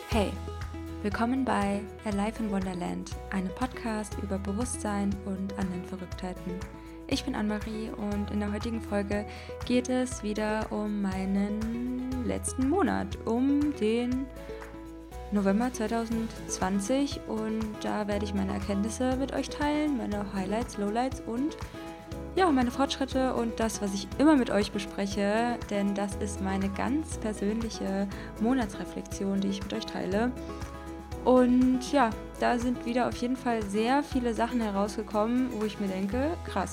Hey, willkommen bei Alive in Wonderland, einem Podcast über Bewusstsein und anderen Verrücktheiten. Ich bin Anne-Marie und in der heutigen Folge geht es wieder um meinen letzten Monat, um den November 2020, und da werde ich meine Erkenntnisse mit euch teilen, meine Highlights, Lowlights und meine Fortschritte und das, was ich immer mit euch bespreche, denn das ist meine ganz persönliche Monatsreflexion, die ich mit euch teile. Und ja, da sind wieder auf jeden Fall sehr viele Sachen herausgekommen, wo ich mir denke, krass.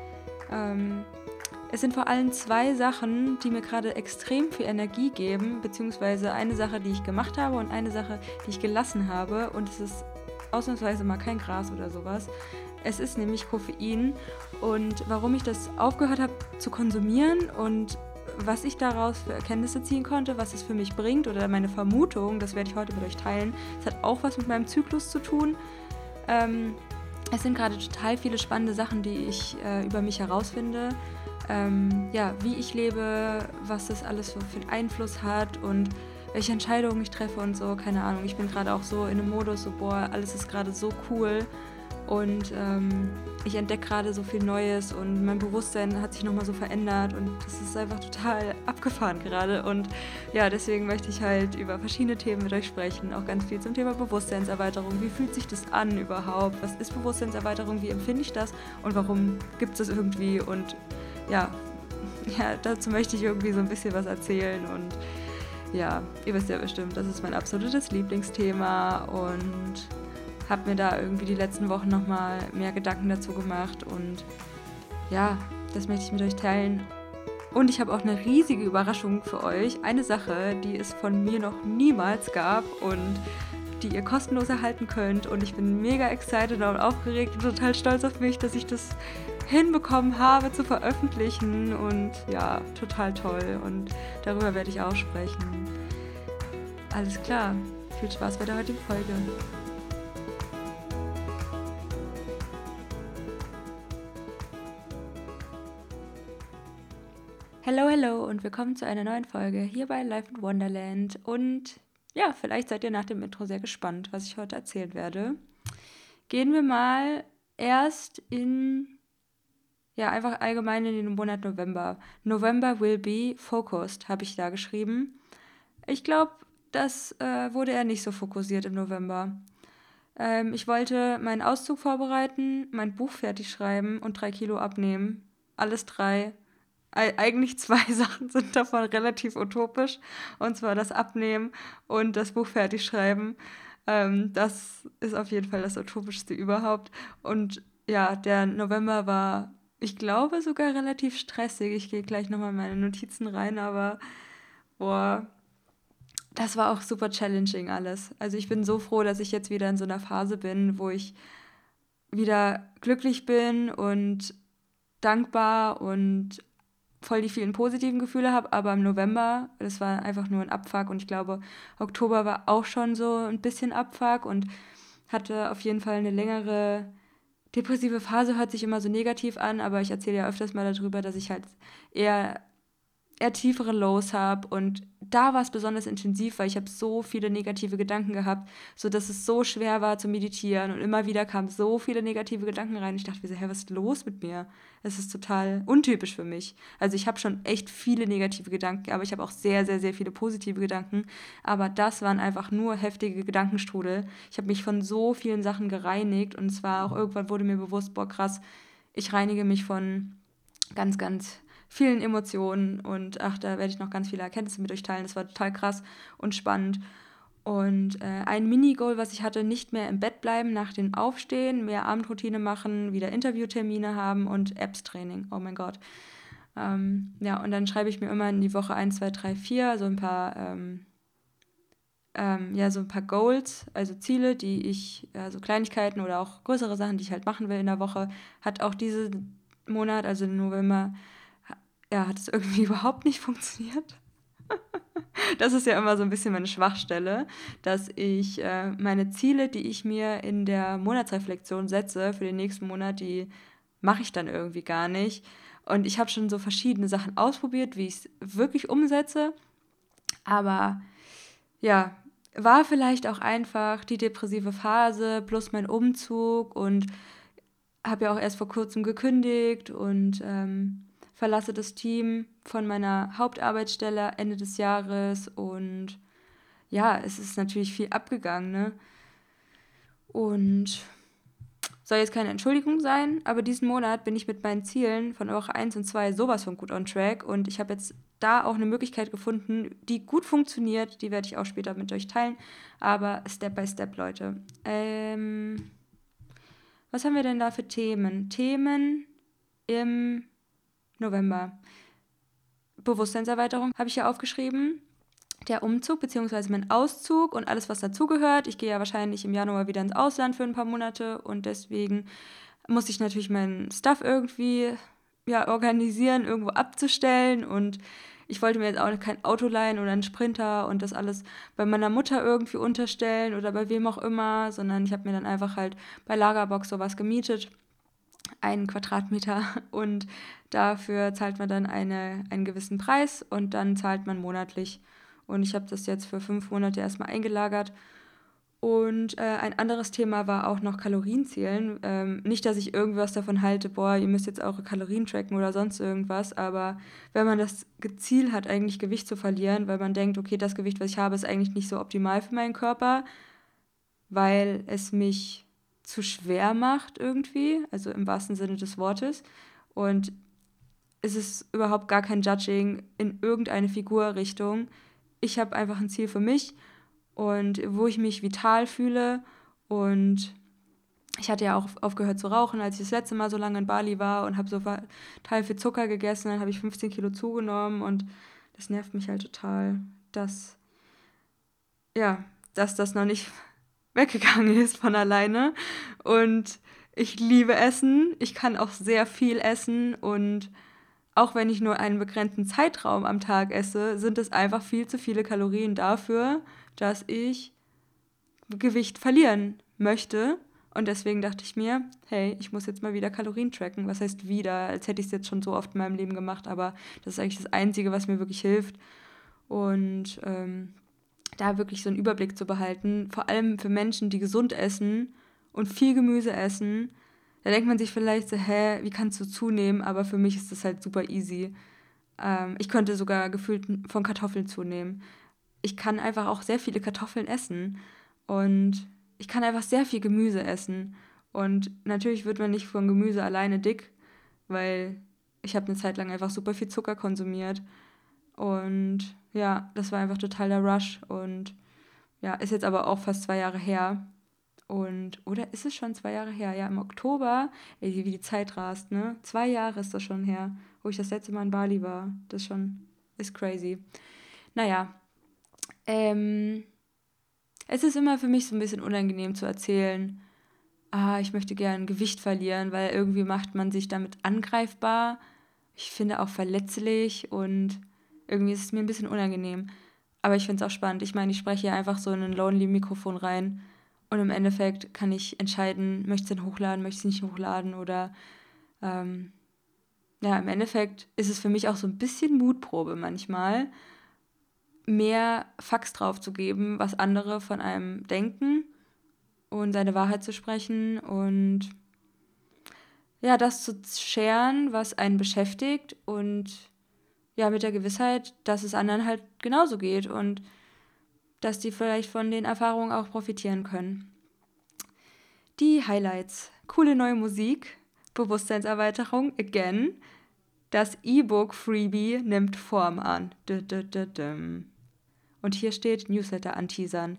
Es sind vor allem zwei Sachen, die mir gerade extrem viel Energie geben, beziehungsweise eine Sache, die ich gemacht habe und eine Sache, die ich gelassen habe, und es ist ausnahmsweise mal kein Gras oder sowas. Es ist nämlich Koffein, und warum ich das aufgehört habe zu konsumieren und was ich daraus für Erkenntnisse ziehen konnte, was es für mich bringt oder meine Vermutung, das werde ich heute mit euch teilen. Es hat auch was mit meinem Zyklus zu tun. Es sind gerade total viele spannende Sachen, die ich über mich herausfinde. Wie ich lebe, was das alles so für einen Einfluss hat und welche Entscheidungen ich treffe und so, keine Ahnung. Ich bin gerade auch so in einem Modus, so alles ist gerade so cool. Und ich entdecke gerade so viel Neues und mein Bewusstsein hat sich nochmal so verändert und das ist einfach total abgefahren gerade. Und ja, deswegen möchte ich halt über verschiedene Themen mit euch sprechen, auch ganz viel zum Thema Bewusstseinserweiterung. Wie fühlt sich das an überhaupt? Was ist Bewusstseinserweiterung? Wie empfinde ich das? Und warum gibt es das irgendwie? Und ja, dazu möchte ich irgendwie so ein bisschen was erzählen. Und ja, ihr wisst ja bestimmt, das ist mein absolutes Lieblingsthema und habe mir da irgendwie die letzten Wochen nochmal mehr Gedanken dazu gemacht und ja, das möchte ich mit euch teilen. Und ich habe auch eine riesige Überraschung für euch. Eine Sache, die es von mir noch niemals gab und die ihr kostenlos erhalten könnt. Und ich bin mega excited und aufgeregt und total stolz auf mich, dass ich das hinbekommen habe zu veröffentlichen. Und ja, total toll. Und darüber werde ich auch sprechen. Alles klar. Viel Spaß bei der heutigen Folge. Hello und willkommen zu einer neuen Folge hier bei Life in Wonderland. Und ja, vielleicht seid ihr nach dem Intro sehr gespannt, was ich heute erzählen werde. Gehen wir mal erst einfach allgemein in den Monat November. November will be focused, habe ich da geschrieben. Ich glaube, das wurde eher nicht so fokussiert im November. Ich wollte meinen Auszug vorbereiten, mein Buch fertig schreiben und 3 Kilo abnehmen. Alles 3. Eigentlich 2 Sachen sind davon relativ utopisch, und zwar das Abnehmen und das Buch fertig schreiben. Das ist auf jeden Fall das Utopischste überhaupt. Und ja, der November war, ich glaube, sogar relativ stressig. Ich gehe gleich nochmal in meine Notizen rein, aber boah, das war auch super challenging alles. Also ich bin so froh, dass ich jetzt wieder in so einer Phase bin, wo ich wieder glücklich bin und dankbar und voll die vielen positiven Gefühle habe, aber im November, das war einfach nur ein Abfuck, und ich glaube, Oktober war auch schon so ein bisschen Abfuck und hatte auf jeden Fall eine längere depressive Phase, hört sich immer so negativ an, aber ich erzähle ja öfters mal darüber, dass ich halt eher tiefere Lows habe, und da war es besonders intensiv, weil ich habe so viele negative Gedanken gehabt, sodass es so schwer war zu meditieren, und immer wieder kamen so viele negative Gedanken rein. Ich dachte mir so, was ist los mit mir? Es ist total untypisch für mich. Also ich habe schon echt viele negative Gedanken, aber ich habe auch sehr, sehr, sehr viele positive Gedanken, aber das waren einfach nur heftige Gedankenstrudel. Ich habe mich von so vielen Sachen gereinigt, und zwar auch irgendwann wurde mir bewusst, boah krass, ich reinige mich von ganz, ganz vielen Emotionen, und da werde ich noch ganz viele Erkenntnisse mit euch teilen. Das war total krass und spannend. Und ein Mini-Goal, was ich hatte: nicht mehr im Bett bleiben nach dem Aufstehen, mehr Abendroutine machen, wieder Interviewtermine haben und Apps-Training. Oh mein Gott. Und dann schreibe ich mir immer in die Woche 1, 2, 3, 4 so ein paar so ein paar Goals, also Ziele, die ich, so Kleinigkeiten oder auch größere Sachen, die ich halt machen will in der Woche. Hat auch diesen Monat, also im November, hat es irgendwie überhaupt nicht funktioniert. Das ist ja immer so ein bisschen meine Schwachstelle, dass ich meine Ziele, die ich mir in der Monatsreflexion setze für den nächsten Monat, die mache ich dann irgendwie gar nicht. Und ich habe schon so verschiedene Sachen ausprobiert, wie ich es wirklich umsetze. Aber ja, war vielleicht auch einfach die depressive Phase plus mein Umzug und habe ja auch erst vor kurzem gekündigt und verlasse das Team von meiner Hauptarbeitsstelle Ende des Jahres und ja, es ist natürlich viel abgegangen, ne? Und soll jetzt keine Entschuldigung sein, aber diesen Monat bin ich mit meinen Zielen von Woche 1 und 2 sowas von gut on track und ich habe jetzt da auch eine Möglichkeit gefunden, die gut funktioniert, die werde ich auch später mit euch teilen, aber Step by Step, Leute. Was haben wir denn da für Themen? Themen im November. Bewusstseinserweiterung habe ich ja aufgeschrieben. Der Umzug bzw. mein Auszug und alles, was dazugehört. Ich gehe ja wahrscheinlich im Januar wieder ins Ausland für ein paar Monate und deswegen muss ich natürlich meinen Stuff irgendwie organisieren, irgendwo abzustellen und ich wollte mir jetzt auch kein Auto leihen oder einen Sprinter und das alles bei meiner Mutter irgendwie unterstellen oder bei wem auch immer, sondern ich habe mir dann einfach halt bei Lagerbox sowas gemietet, 1 Quadratmeter und dafür zahlt man dann einen gewissen Preis und dann zahlt man monatlich. Und ich habe das jetzt für 5 Monate erstmal eingelagert. Und ein anderes Thema war auch noch Kalorienzählen. Nicht, dass ich irgendwas davon halte, boah, ihr müsst jetzt eure Kalorien tracken oder sonst irgendwas, aber wenn man das Ziel hat, eigentlich Gewicht zu verlieren, weil man denkt, okay, das Gewicht, was ich habe, ist eigentlich nicht so optimal für meinen Körper, weil es mich zu schwer macht irgendwie, also im wahrsten Sinne des Wortes. Und es ist überhaupt gar kein Judging in irgendeine Figurrichtung. Ich habe einfach ein Ziel für mich und wo ich mich vital fühle. Und ich hatte ja auch aufgehört zu rauchen, als ich das letzte Mal so lange in Bali war und habe so total viel Zucker gegessen. Dann habe ich 15 Kilo zugenommen und das nervt mich halt total, dass, ja, dass das noch nicht weggegangen ist von alleine. Und ich liebe Essen. Ich kann auch sehr viel essen und auch wenn ich nur einen begrenzten Zeitraum am Tag esse, sind es einfach viel zu viele Kalorien dafür, dass ich Gewicht verlieren möchte. Und deswegen dachte ich mir, hey, ich muss jetzt mal wieder Kalorien tracken. Was heißt wieder? Als hätte ich es jetzt schon so oft in meinem Leben gemacht, aber das ist eigentlich das Einzige, was mir wirklich hilft. Und da wirklich so einen Überblick zu behalten, vor allem für Menschen, die gesund essen und viel Gemüse essen, da denkt man sich vielleicht so, hä, wie kannst du zunehmen? Aber für mich ist das halt super easy. Ich könnte sogar gefühlt von Kartoffeln zunehmen. Ich kann einfach auch sehr viele Kartoffeln essen und ich kann einfach sehr viel Gemüse essen. Und natürlich wird man nicht von Gemüse alleine dick, weil ich habe eine Zeit lang einfach super viel Zucker konsumiert. Und ja, das war einfach total der Rush. Und ja, ist jetzt aber auch fast 2 Jahre her. Und, oder ist es schon 2 Jahre her? Ja, im Oktober, ey, wie die Zeit rast, ne? 2 Jahre ist das schon her, wo ich das letzte Mal in Bali war. Das schon, ist crazy. Naja, ähm, es ist immer für mich so ein bisschen unangenehm zu erzählen, ich möchte gern Gewicht verlieren, weil irgendwie macht man sich damit angreifbar. Ich finde auch verletzlich und irgendwie ist es mir ein bisschen unangenehm. Aber ich finde es auch spannend. Ich meine, ich spreche hier einfach so in ein Lonely-Mikrofon rein und im Endeffekt kann ich entscheiden, möchte ich es denn hochladen, möchte ich es nicht hochladen oder ähm, ja, im Endeffekt ist es für mich auch so ein bisschen Mutprobe manchmal, mehr Facts drauf zu geben, was andere von einem denken und seine Wahrheit zu sprechen und ja, das zu scheren, was einen beschäftigt und ja, mit der Gewissheit, dass es anderen halt genauso geht und dass die vielleicht von den Erfahrungen auch profitieren können. Die Highlights. Coole neue Musik, Bewusstseinserweiterung, again. Das E-Book Freebie nimmt Form an. Und hier steht Newsletter anteasern.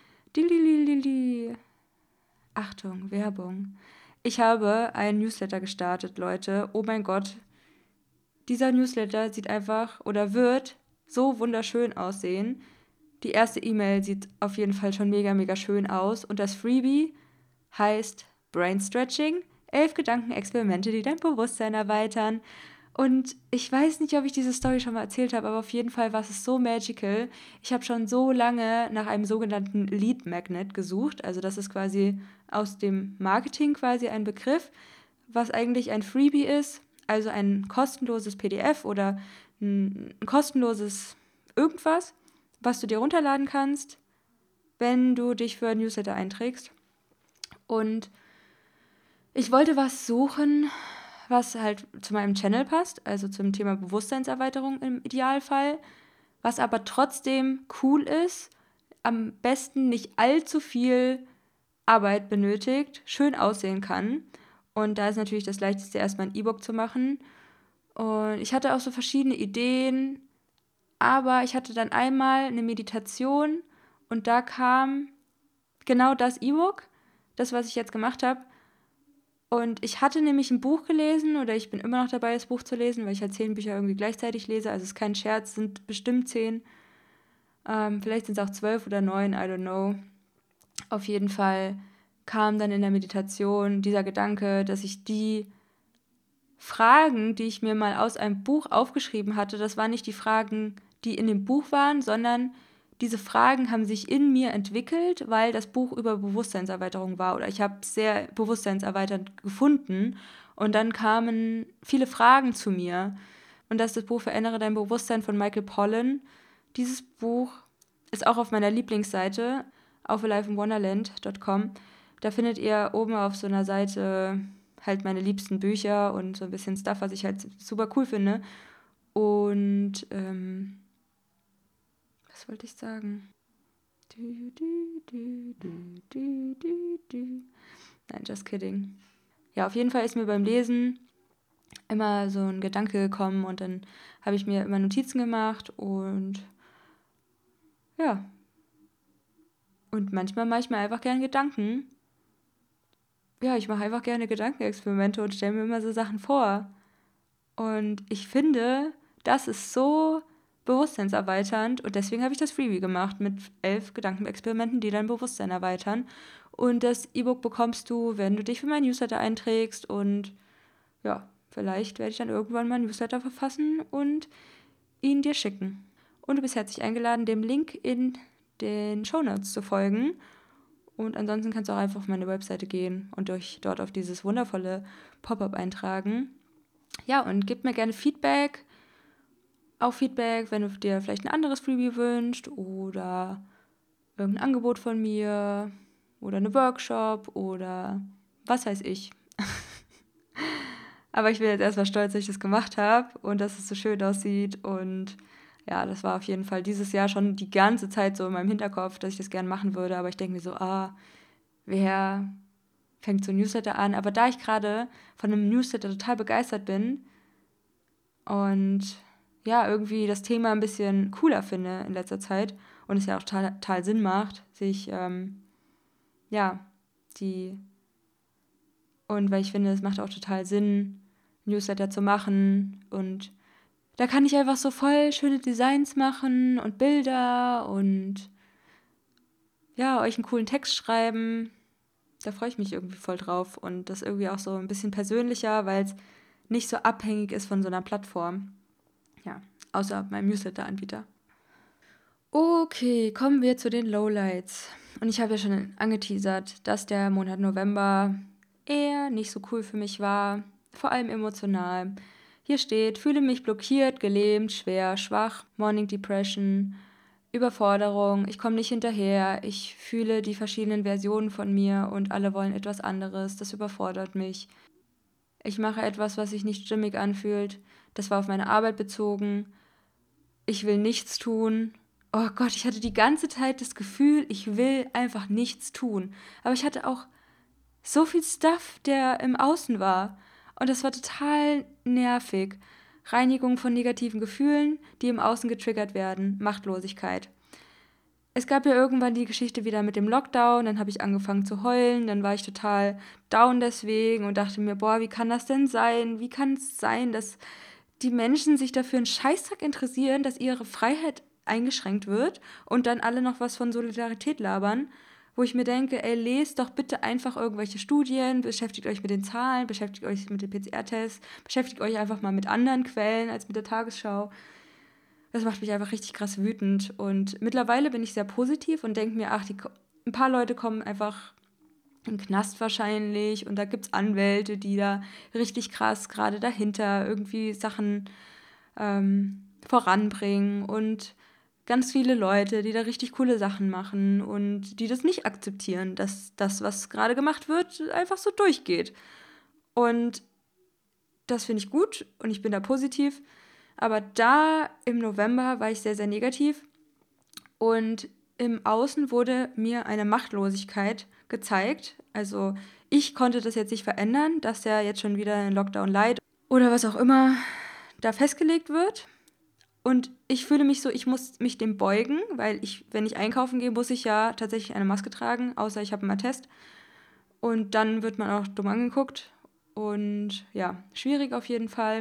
Achtung, Werbung. Ich habe einen Newsletter gestartet, Leute. Oh mein Gott. Dieser Newsletter sieht einfach oder wird so wunderschön aussehen. Die erste E-Mail sieht auf jeden Fall schon mega, mega schön aus. Und das Freebie heißt Brain Stretching. 11 Gedankenexperimente, die dein Bewusstsein erweitern. Und ich weiß nicht, ob ich diese Story schon mal erzählt habe, aber auf jeden Fall war es so magical. Ich habe schon so lange nach einem sogenannten Lead Magnet gesucht. Also das ist quasi aus dem Marketing quasi ein Begriff, was eigentlich ein Freebie ist. Also ein kostenloses PDF oder ein kostenloses irgendwas, was du dir runterladen kannst, wenn du dich für ein Newsletter einträgst. Und ich wollte was suchen, was halt zu meinem Channel passt, also zum Thema Bewusstseinserweiterung im Idealfall, was aber trotzdem cool ist, am besten nicht allzu viel Arbeit benötigt, schön aussehen kann. Und da ist natürlich das Leichteste, erstmal ein E-Book zu machen. Und ich hatte auch so verschiedene Ideen, aber ich hatte dann einmal eine Meditation und da kam genau das E-Book, das, was ich jetzt gemacht habe. Und ich hatte nämlich ein Buch gelesen oder ich bin immer noch dabei, das Buch zu lesen, weil ich halt 10 Bücher irgendwie gleichzeitig lese. Also es ist kein Scherz, es sind bestimmt 10. Vielleicht sind es auch 12 oder 9, I don't know. Auf jeden Fall kam dann in der Meditation dieser Gedanke, dass ich die Fragen, die ich mir mal aus einem Buch aufgeschrieben hatte, das waren nicht die Fragen, die in dem Buch waren, sondern diese Fragen haben sich in mir entwickelt, weil das Buch über Bewusstseinserweiterung war oder ich habe es sehr bewusstseinserweiternd gefunden und dann kamen viele Fragen zu mir. Und das ist das Buch Verändere dein Bewusstsein von Michael Pollan. Dieses Buch ist auch auf meiner Lieblingsseite, auf aliveinwonderland.com. Da findet ihr oben auf so einer Seite halt meine liebsten Bücher und so ein bisschen Stuff, was ich halt super cool finde. Und was wollte ich sagen? Nein, just kidding. Ja, auf jeden Fall ist mir beim Lesen immer so ein Gedanke gekommen und dann habe ich mir immer Notizen gemacht und ja. Und manchmal mache ich mir einfach gerne Gedanken. Ja, ich mache einfach gerne Gedankenexperimente und stelle mir immer so Sachen vor. Und ich finde, das ist so bewusstseinserweiternd und deswegen habe ich das Freebie gemacht mit 11 Gedankenexperimenten, die dein Bewusstsein erweitern. Und das E-Book bekommst du, wenn du dich für mein Newsletter einträgst und ja, vielleicht werde ich dann irgendwann mal ein Newsletter verfassen und ihn dir schicken. Und du bist herzlich eingeladen, dem Link in den Shownotes zu folgen. Und ansonsten kannst du auch einfach auf meine Webseite gehen und dich dort auf dieses wundervolle Pop-up eintragen. Ja, und gib mir gerne Feedback. Auch Feedback, wenn du dir vielleicht ein anderes Freebie wünschst oder irgendein Angebot von mir oder eine Workshop oder was weiß ich. Aber ich bin jetzt erstmal stolz, dass ich das gemacht habe und dass es so schön aussieht. Und ja, das war auf jeden Fall dieses Jahr schon die ganze Zeit so in meinem Hinterkopf, dass ich das gerne machen würde. Aber ich denke mir so, wer fängt so ein Newsletter an? Aber da ich gerade von einem Newsletter total begeistert bin und ja, irgendwie das Thema ein bisschen cooler finde in letzter Zeit und es ja auch total Sinn macht, sich, ja, und weil ich finde, es macht auch total Sinn, Newsletter zu machen und da kann ich einfach so voll schöne Designs machen und Bilder und ja, euch einen coolen Text schreiben. Da freue ich mich irgendwie voll drauf und das irgendwie auch so ein bisschen persönlicher, weil es nicht so abhängig ist von so einer Plattform. Ja, außer meinem Newsletter-Anbieter. Okay, kommen wir zu den Lowlights. Und ich habe ja schon angeteasert, dass der Monat November eher nicht so cool für mich war, vor allem emotional. Hier steht, fühle mich blockiert, gelähmt, schwer, schwach, Morning Depression, Überforderung, ich komme nicht hinterher, ich fühle die verschiedenen Versionen von mir und alle wollen etwas anderes, das überfordert mich. Ich mache etwas, was sich nicht stimmig anfühlt, das war auf meine Arbeit bezogen, ich will nichts tun. Oh Gott, ich hatte die ganze Zeit das Gefühl, ich will einfach nichts tun. Aber ich hatte auch so viel Stuff, der im Außen war. Und das war total nervig. Reinigung von negativen Gefühlen, die im Außen getriggert werden. Machtlosigkeit. Es gab ja irgendwann die Geschichte wieder mit dem Lockdown, dann habe ich angefangen zu heulen, dann war ich total down deswegen und dachte mir, boah, wie kann das denn sein? Wie kann es sein, dass die Menschen sich dafür einen Scheißdreck interessieren, dass ihre Freiheit eingeschränkt wird und dann alle noch was von Solidarität labern, wo ich mir denke, ey, lest doch bitte einfach irgendwelche Studien, beschäftigt euch mit den Zahlen, beschäftigt euch mit den PCR-Tests, beschäftigt euch einfach mal mit anderen Quellen als mit der Tagesschau. Das macht mich einfach richtig krass wütend und mittlerweile bin ich sehr positiv und denke mir, ein paar Leute kommen einfach in den Knast wahrscheinlich und da gibt es Anwälte, die da richtig krass gerade dahinter irgendwie Sachen voranbringen und ganz viele Leute, die da richtig coole Sachen machen und die das nicht akzeptieren, dass das, was gerade gemacht wird, einfach so durchgeht. Und das finde ich gut und ich bin da positiv. Aber da im November war ich sehr, sehr negativ und im Außen wurde mir eine Machtlosigkeit gezeigt. Also ich konnte das jetzt nicht verändern, dass ja jetzt schon wieder ein Lockdown light oder was auch immer da festgelegt wird. Und ich fühle mich so, ich muss mich dem beugen, weil wenn ich einkaufen gehe, muss ich ja tatsächlich eine Maske tragen, außer ich habe einen Attest. Und dann wird man auch dumm angeguckt. Und ja, schwierig auf jeden Fall.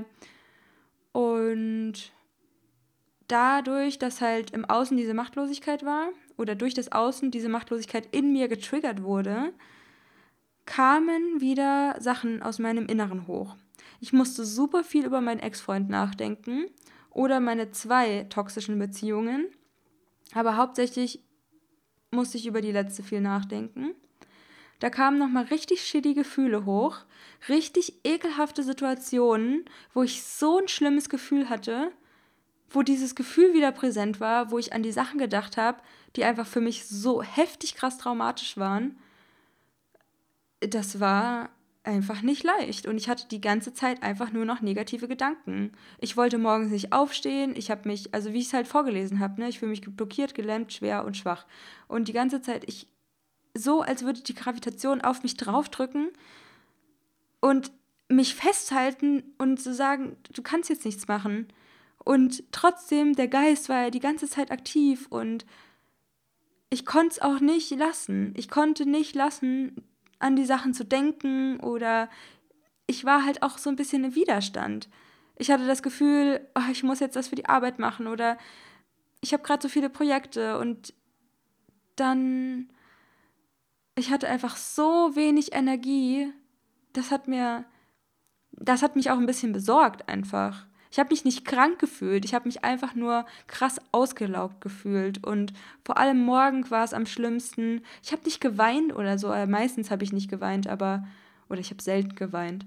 Und dadurch, dass halt im Außen diese Machtlosigkeit war, oder durch das Außen diese Machtlosigkeit in mir getriggert wurde, kamen wieder Sachen aus meinem Inneren hoch. Ich musste super viel über meinen Ex-Freund nachdenken oder meine 2 toxischen Beziehungen, aber hauptsächlich musste ich über die letzte viel nachdenken. Da kamen nochmal richtig shitty Gefühle hoch, richtig ekelhafte Situationen, wo ich so ein schlimmes Gefühl hatte, wo dieses Gefühl wieder präsent war, wo ich an die Sachen gedacht habe, die einfach für mich so heftig krass traumatisch waren. Das war einfach nicht leicht und ich hatte die ganze Zeit einfach nur noch negative Gedanken. Ich wollte morgens nicht aufstehen, ich habe mich, also wie ich es halt vorgelesen habe, ne, ich fühle mich blockiert, gelähmt, schwer und schwach. Und die ganze Zeit, so als würde die Gravitation auf mich draufdrücken und mich festhalten und so sagen, du kannst jetzt nichts machen. Und trotzdem, der Geist war ja die ganze Zeit aktiv und ich konnte es auch nicht lassen. Ich konnte nicht lassen, an die Sachen zu denken oder ich war halt auch so ein bisschen im Widerstand. Ich hatte das Gefühl, oh, ich muss jetzt das für die Arbeit machen oder ich habe gerade so viele Projekte und dann, ich hatte einfach so wenig Energie, das hat mich auch ein bisschen besorgt einfach. Ich habe mich nicht krank gefühlt, ich habe mich einfach nur krass ausgelaugt gefühlt und vor allem morgen war es am schlimmsten. Ich habe nicht geweint oder so, meistens habe ich nicht geweint, oder ich habe selten geweint.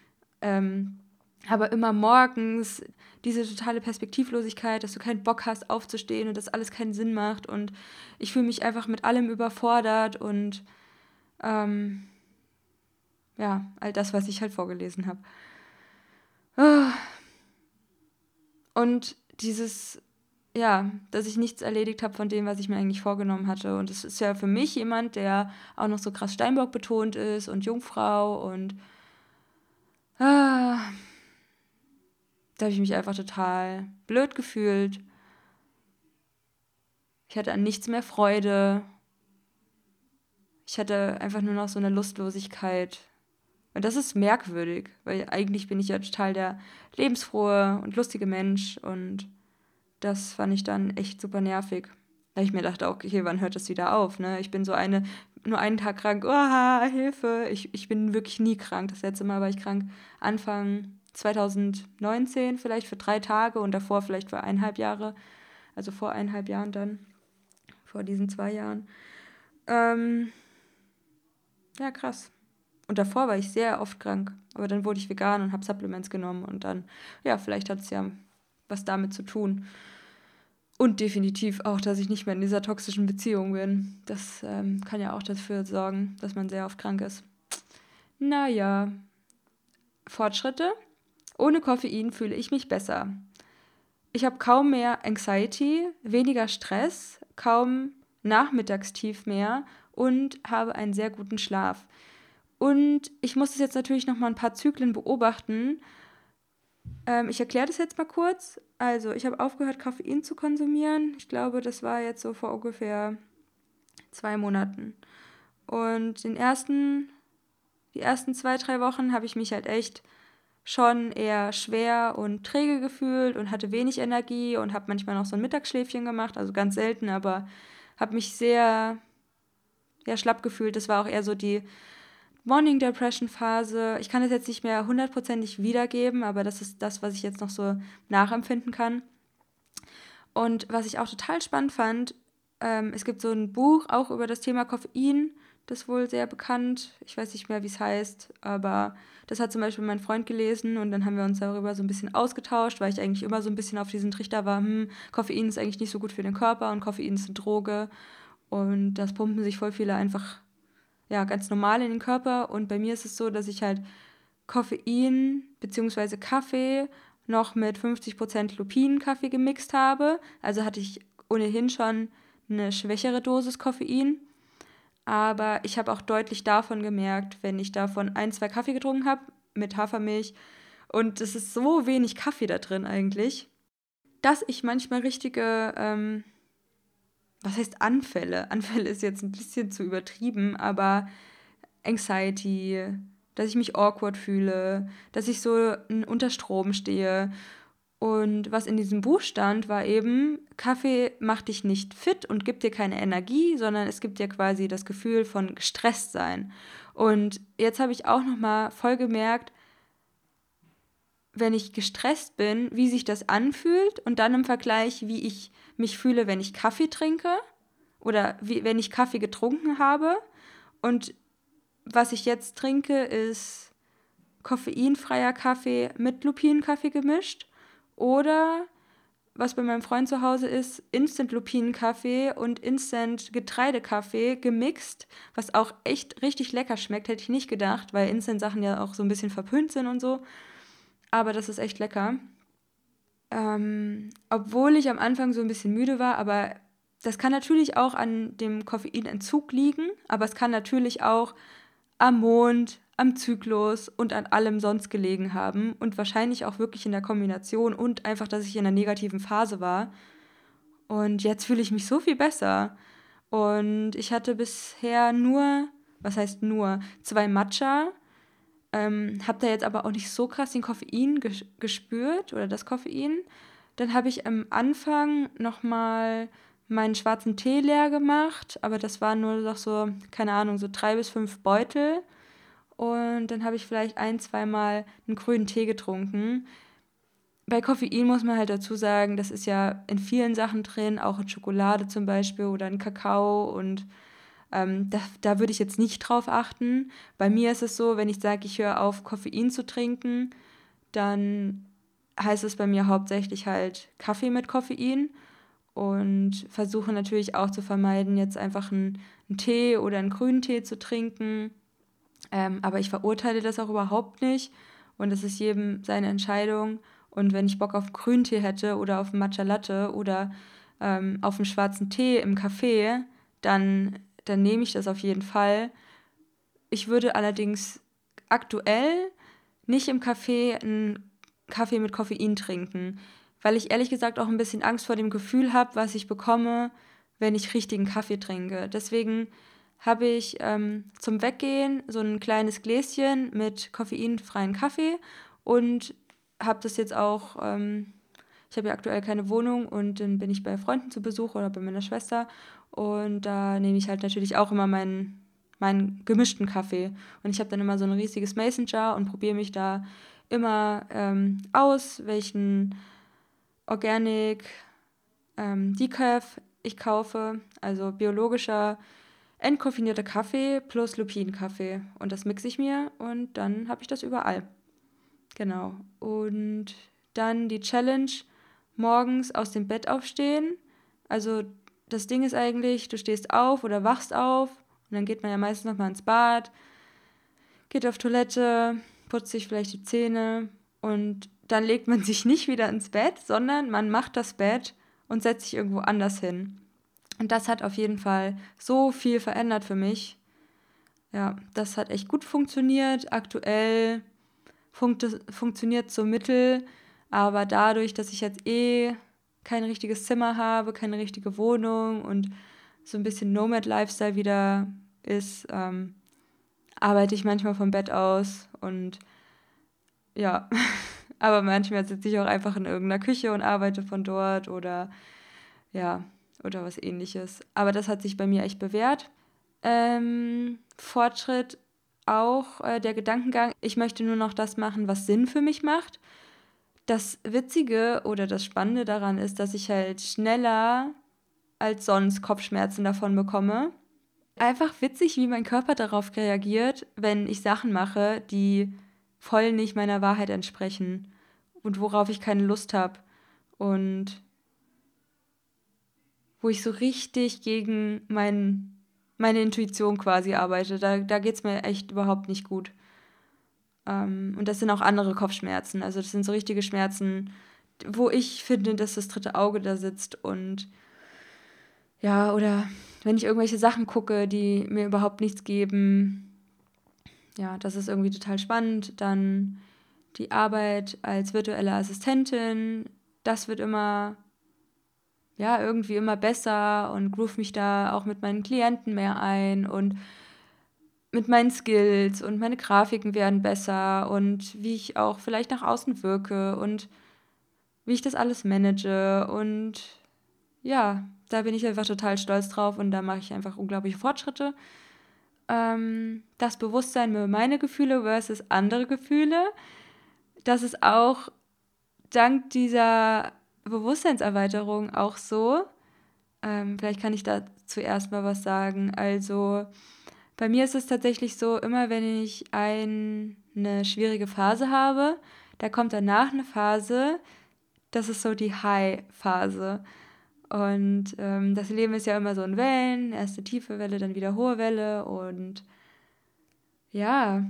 Aber immer morgens diese totale Perspektivlosigkeit, dass du keinen Bock hast aufzustehen und dass alles keinen Sinn macht und ich fühle mich einfach mit allem überfordert und ähm, ja, all das, was ich halt vorgelesen habe. Und ja, dass ich nichts erledigt habe von dem, was ich mir eigentlich vorgenommen hatte. Und es ist ja für mich jemand, der auch noch so krass Steinbock betont ist und Jungfrau und ah, da habe ich mich einfach total blöd gefühlt. Ich hatte an nichts mehr Freude. Ich hatte einfach nur noch so eine Lustlosigkeit. Und das ist merkwürdig, weil eigentlich bin ich ja total der lebensfrohe und lustige Mensch und das fand ich dann echt super nervig. Weil ich mir dachte, okay, wann hört das wieder auf, ne? Ich bin so nur einen Tag krank, oh, Hilfe. Ich bin wirklich nie krank. Das letzte Mal war ich krank Anfang 2019, vielleicht für 3 Tage und davor vielleicht für 1,5 Jahre. Also vor 1,5 Jahren dann, vor diesen 2 Jahren. Ja, krass. Und davor war ich sehr oft krank. Aber dann wurde ich vegan und habe Supplements genommen und dann, ja, vielleicht hat es ja was damit zu tun. Und definitiv auch, dass ich nicht mehr in dieser toxischen Beziehung bin. Das kann ja auch dafür sorgen, dass man sehr oft krank ist. Naja, Fortschritte. Ohne Koffein fühle ich mich besser. Ich habe kaum mehr Anxiety, weniger Stress, kaum Nachmittagstief mehr und habe einen sehr guten Schlaf. Und ich muss es jetzt natürlich noch mal ein paar Zyklen beobachten. Ich erkläre das jetzt mal kurz. Also, ich habe aufgehört, Koffein zu konsumieren. Ich glaube, das war jetzt so vor ungefähr 2 Monaten. Und die ersten 2, 3 Wochen habe ich mich halt echt schon eher schwer und träge gefühlt und hatte wenig Energie und habe manchmal noch so ein Mittagsschläfchen gemacht, also ganz selten, aber habe mich sehr, sehr schlapp gefühlt. Das war auch eher so die Morning Depression Phase. Ich kann das jetzt nicht mehr hundertprozentig wiedergeben, aber das ist das, was ich jetzt noch so nachempfinden kann. Und was ich auch total spannend fand, es gibt so ein Buch auch über das Thema Koffein, das ist wohl sehr bekannt. Ich weiß nicht mehr, wie es heißt, aber das hat zum Beispiel mein Freund gelesen und dann haben wir uns darüber so ein bisschen ausgetauscht, weil ich eigentlich immer so ein bisschen auf diesen Trichter war, Koffein ist eigentlich nicht so gut für den Körper und Koffein ist eine Droge und das pumpen sich voll viele einfach ja, ganz normal in den Körper und bei mir ist es so, dass ich halt Koffein bzw. Kaffee noch mit 50% Lupin-Kaffee gemixt habe. Also hatte ich ohnehin schon eine schwächere Dosis Koffein. Aber ich habe auch deutlich davon gemerkt, wenn ich davon ein, zwei Kaffee getrunken habe mit Hafermilch. Und es ist so wenig Kaffee da drin eigentlich, dass ich manchmal richtige, was heißt Anfälle? Anfälle ist jetzt ein bisschen zu übertrieben, aber Anxiety, dass ich mich awkward fühle, dass ich so unter Strom stehe. Und was in diesem Buch stand, war eben, Kaffee macht dich nicht fit und gibt dir keine Energie, sondern es gibt dir quasi das Gefühl von gestresst sein. Und jetzt habe ich auch nochmal voll gemerkt, wenn ich gestresst bin, wie sich das anfühlt und dann im Vergleich, wie ich mich fühle, wenn ich Kaffee trinke oder wenn ich Kaffee getrunken habe. Und was ich jetzt trinke, ist koffeinfreier Kaffee mit Lupinenkaffee gemischt oder was bei meinem Freund zu Hause ist, Instant Lupinenkaffee und Instant Getreidekaffee gemixt, was auch echt richtig lecker schmeckt, hätte ich nicht gedacht, weil Instant-Sachen ja auch so ein bisschen verpönt sind und so. Aber das ist echt lecker. Obwohl ich am Anfang so ein bisschen müde war, aber das kann natürlich auch an dem Koffeinentzug liegen, aber es kann natürlich auch am Mond, am Zyklus und an allem sonst gelegen haben und wahrscheinlich auch wirklich in der Kombination und einfach, dass ich in einer negativen Phase war. Und jetzt fühle ich mich so viel besser. Und ich hatte bisher nur, was heißt nur, 2 Matcha. Habe da jetzt aber auch nicht so krass den Koffein gespürt oder das Koffein. Dann habe ich am Anfang nochmal meinen schwarzen Tee leer gemacht, aber das waren nur noch so, keine Ahnung, so 3 bis 5 Beutel. Und dann habe ich vielleicht ein, zweimal einen grünen Tee getrunken. Bei Koffein muss man halt dazu sagen, das ist ja in vielen Sachen drin, auch in Schokolade zum Beispiel oder in Kakao und da würde ich jetzt nicht drauf achten. Bei mir ist es so, wenn ich sage, ich höre auf, Koffein zu trinken, dann heißt es bei mir hauptsächlich halt Kaffee mit Koffein und versuche natürlich auch zu vermeiden, jetzt einfach einen Tee oder einen grünen Tee zu trinken. Aber ich verurteile das auch überhaupt nicht und es ist jedem seine Entscheidung. Und wenn ich Bock auf Grüntee hätte oder auf Matcha Latte oder auf einen schwarzen Tee im Café, dann nehme ich das auf jeden Fall. Ich würde allerdings aktuell nicht im Café einen Kaffee mit Koffein trinken, weil ich ehrlich gesagt auch ein bisschen Angst vor dem Gefühl habe, was ich bekomme, wenn ich richtigen Kaffee trinke. Deswegen habe ich zum Weggehen so ein kleines Gläschen mit koffeinfreien Kaffee und habe das jetzt auch, ich habe ja aktuell keine Wohnung und dann bin ich bei Freunden zu Besuch oder bei meiner Schwester und da nehme ich halt natürlich auch immer meinen gemischten Kaffee und ich habe dann immer so ein riesiges Mason Jar und probiere mich da immer aus, welchen Organic Decaf ich kaufe, also biologischer entkoffinierter Kaffee plus Lupinenkaffee und das mixe ich mir und dann habe ich das überall. Genau. Und dann die Challenge, morgens aus dem Bett aufstehen. Also das Ding ist eigentlich, du stehst auf oder wachst auf und dann geht man ja meistens nochmal ins Bad, geht auf Toilette, putzt sich vielleicht die Zähne und dann legt man sich nicht wieder ins Bett, sondern man macht das Bett und setzt sich irgendwo anders hin. Und das hat auf jeden Fall so viel verändert für mich. Ja, das hat echt gut funktioniert. Aktuell funktioniert so mittel, aber dadurch, dass ich jetzt kein richtiges Zimmer habe, keine richtige Wohnung und so ein bisschen Nomad-Lifestyle wieder ist, arbeite ich manchmal vom Bett aus und ja, aber manchmal sitze ich auch einfach in irgendeiner Küche und arbeite von dort oder ja, oder was ähnliches. Aber das hat sich bei mir echt bewährt. Fortschritt auch der Gedankengang, ich möchte nur noch das machen, was Sinn für mich macht. Das Witzige oder das Spannende daran ist, dass ich halt schneller als sonst Kopfschmerzen davon bekomme. einfach witzig, wie mein Körper darauf reagiert, wenn ich Sachen mache, die voll nicht meiner Wahrheit entsprechen und worauf ich keine Lust habe und wo ich so richtig gegen meine Intuition quasi arbeite. Da geht es mir echt überhaupt nicht gut. Und das sind auch andere Kopfschmerzen. Also das sind so richtige Schmerzen, wo ich finde, dass das dritte Auge da sitzt. Und ja, oder wenn ich irgendwelche Sachen gucke, die mir überhaupt nichts geben, ja, das ist irgendwie total spannend. Dann die Arbeit als virtuelle Assistentin, das wird immer, ja, irgendwie immer besser und groove mich da auch mit meinen Klienten mehr ein und mit meinen Skills und meine Grafiken werden besser und wie ich auch vielleicht nach außen wirke und wie ich das alles manage. Und ja, da bin ich einfach total stolz drauf und da mache ich einfach unglaubliche Fortschritte. Das Bewusstsein über meine Gefühle versus andere Gefühle, das ist auch dank dieser Bewusstseinserweiterung auch so. Vielleicht kann ich da zuerst mal was sagen. Also bei mir ist es tatsächlich so, immer wenn ich eine schwierige Phase habe, da kommt danach eine Phase, das ist so die High-Phase. Und das Leben ist ja immer so in Wellen, erste tiefe Welle, dann wieder hohe Welle. Und ja,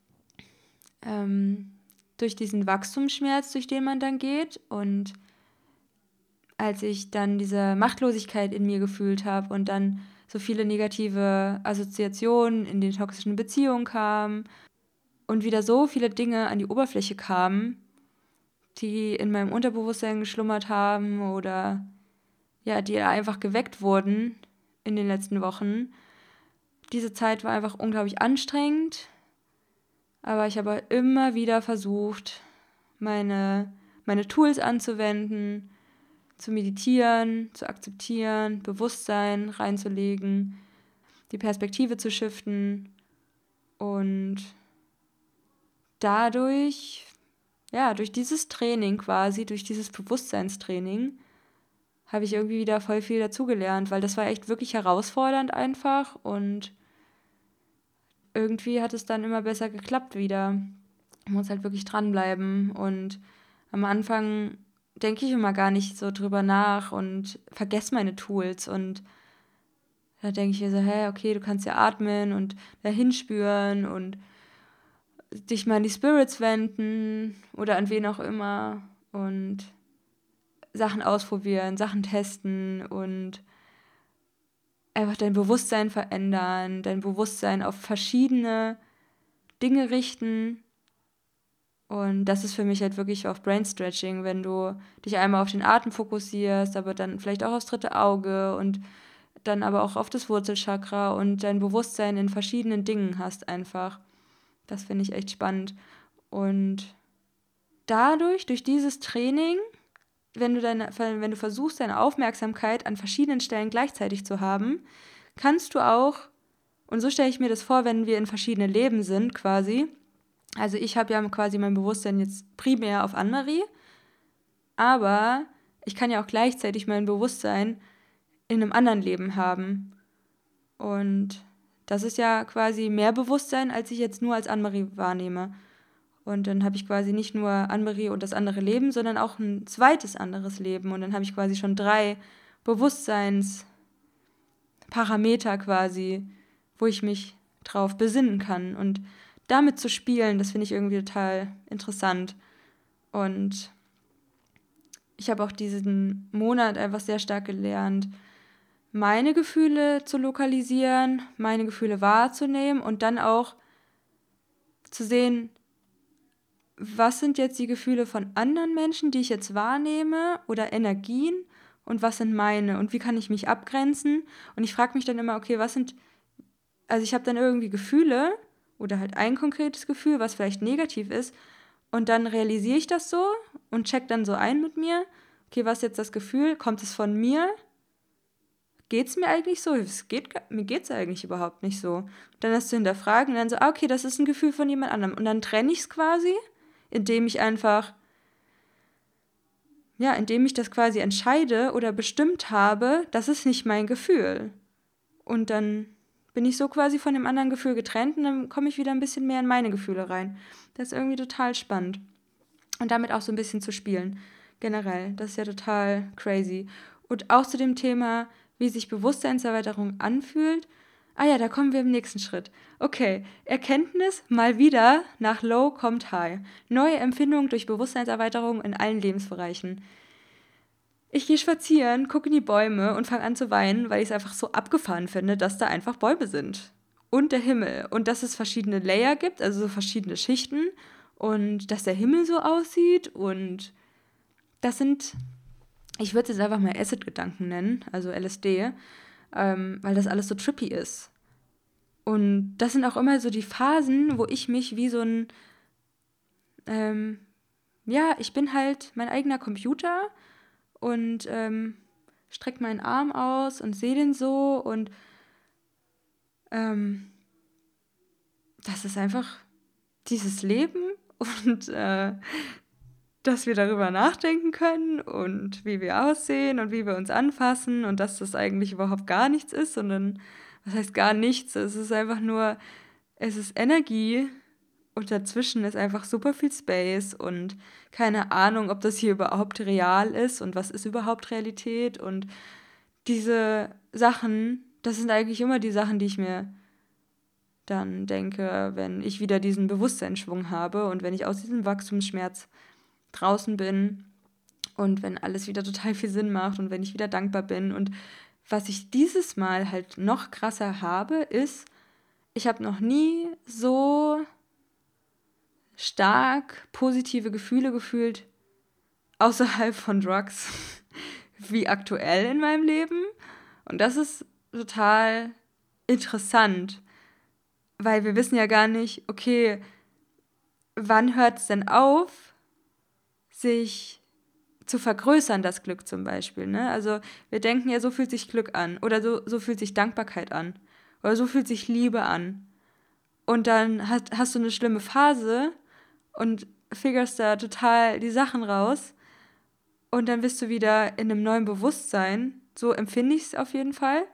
durch diesen Wachstumsschmerz, durch den man dann geht. Und als ich dann diese Machtlosigkeit in mir gefühlt habe und dann so viele negative Assoziationen in den toxischen Beziehungen kamen und wieder so viele Dinge an die Oberfläche kamen, die in meinem Unterbewusstsein geschlummert haben oder ja, die einfach geweckt wurden in den letzten Wochen. Diese Zeit war einfach unglaublich anstrengend, aber ich habe immer wieder versucht, meine Tools anzuwenden, zu meditieren, zu akzeptieren, Bewusstsein reinzulegen, die Perspektive zu shiften und dadurch, ja, durch dieses Training quasi, durch dieses Bewusstseinstraining, habe ich irgendwie wieder voll viel dazugelernt, weil das war echt wirklich herausfordernd einfach und irgendwie hat es dann immer besser geklappt wieder. Man muss halt wirklich dranbleiben und am Anfang denke ich immer gar nicht so drüber nach und vergesse meine Tools und da denke ich mir so, hey, okay, du kannst ja atmen und da hinspüren und dich mal an die Spirits wenden oder an wen auch immer und Sachen ausprobieren, Sachen testen und einfach dein Bewusstsein verändern, dein Bewusstsein auf verschiedene Dinge richten. Und das ist für mich halt wirklich auf Brain Stretching, wenn du dich einmal auf den Atem fokussierst, aber dann vielleicht auch aufs dritte Auge und dann aber auch auf das Wurzelchakra und dein Bewusstsein in verschiedenen Dingen hast einfach. Das finde ich echt spannend. Und dadurch, durch dieses Training, wenn du versuchst, deine Aufmerksamkeit an verschiedenen Stellen gleichzeitig zu haben, kannst du auch, und so stelle ich mir das vor, wenn wir in verschiedene Leben sind quasi, also ich habe ja quasi mein Bewusstsein jetzt primär auf Annemarie, aber ich kann ja auch gleichzeitig mein Bewusstsein in einem anderen Leben haben. Und das ist ja quasi mehr Bewusstsein, als ich jetzt nur als Annemarie wahrnehme. Und dann habe ich quasi nicht nur Annemarie und das andere Leben, sondern auch ein zweites anderes Leben. Und dann habe ich quasi schon 3 Bewusstseinsparameter quasi, wo ich mich drauf besinnen kann. Und damit zu spielen, das finde ich irgendwie total interessant. Und ich habe auch diesen Monat einfach sehr stark gelernt, meine Gefühle zu lokalisieren, meine Gefühle wahrzunehmen und dann auch zu sehen, was sind jetzt die Gefühle von anderen Menschen, die ich jetzt wahrnehme oder Energien und was sind meine und wie kann ich mich abgrenzen? Und ich frage mich dann immer, okay, also ich habe dann irgendwie Gefühle oder halt ein konkretes Gefühl, was vielleicht negativ ist und dann realisiere ich das so und check dann so ein mit mir, okay, was ist jetzt das Gefühl? Kommt es von mir? Geht es mir eigentlich so? Mir geht es eigentlich überhaupt nicht so. Und dann hast du hinterfragen und dann so, okay, das ist ein Gefühl von jemand anderem. Und dann trenne ich es quasi, indem ich einfach, ja, indem ich das quasi entscheide oder bestimmt habe, das ist nicht mein Gefühl. Und dann bin ich so quasi von dem anderen Gefühl getrennt und dann komme ich wieder ein bisschen mehr in meine Gefühle rein. Das ist irgendwie total spannend. Und damit auch so ein bisschen zu spielen, generell. Das ist ja total crazy. Und auch zu dem Thema, wie sich Bewusstseinserweiterung anfühlt. Ah ja, da kommen wir im nächsten Schritt. Okay, Erkenntnis mal wieder nach Low kommt High. Neue Empfindungen durch Bewusstseinserweiterung in allen Lebensbereichen. Ich gehe spazieren, gucke in die Bäume und fange an zu weinen, weil ich es einfach so abgefahren finde, dass da einfach Bäume sind. Und der Himmel. Und dass es verschiedene Layer gibt, also so verschiedene Schichten. Und dass der Himmel so aussieht. Und das sind, ich würde es jetzt einfach mal Acid-Gedanken nennen, also LSD, weil das alles so trippy ist. Und das sind auch immer so die Phasen, wo ich mich wie so ein, ja, ich bin halt mein eigener Computer und strecke meinen Arm aus und sehe den so und das ist einfach dieses Leben und dass wir darüber nachdenken können und wie wir aussehen und wie wir uns anfassen und dass das eigentlich überhaupt gar nichts ist, sondern, was heißt gar nichts? Es ist einfach nur, es ist Energie und dazwischen ist einfach super viel Space und keine Ahnung, ob das hier überhaupt real ist und was ist überhaupt Realität und diese Sachen, das sind eigentlich immer die Sachen, die ich mir dann denke, wenn ich wieder diesen Bewusstseinsschwung habe und wenn ich aus diesem Wachstumsschmerz draußen bin und wenn alles wieder total viel Sinn macht und wenn ich wieder dankbar bin. Und was ich dieses Mal halt noch krasser habe, ist, ich habe noch nie so stark positive Gefühle gefühlt außerhalb von Drugs wie aktuell in meinem Leben. Und das ist total interessant, weil wir wissen ja gar nicht, okay, wann hört es denn auf, sich zu vergrößern, das Glück zum Beispiel. Ne? Also wir denken ja, so fühlt sich Glück an oder so fühlt sich Dankbarkeit an oder so fühlt sich Liebe an. Und dann hast du eine schlimme Phase und figurst da total die Sachen raus und dann bist du wieder in einem neuen Bewusstsein. So empfinde ich es auf jeden Fall.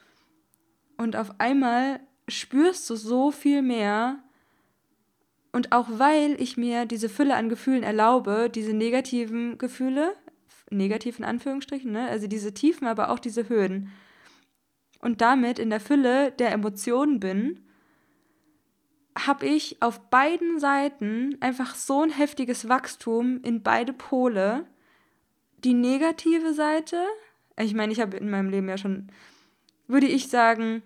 Und auf einmal spürst du so viel mehr. Und auch weil ich mir diese Fülle an Gefühlen erlaube, diese negativen Gefühle, negativ in Anführungsstrichen, ne? Also diese Tiefen, aber auch diese Höhen. Und damit in der Fülle der Emotionen bin, habe ich auf beiden Seiten einfach so ein heftiges Wachstum in beide Pole. Die negative Seite, ich meine, ich habe in meinem Leben ja schon, würde ich sagen,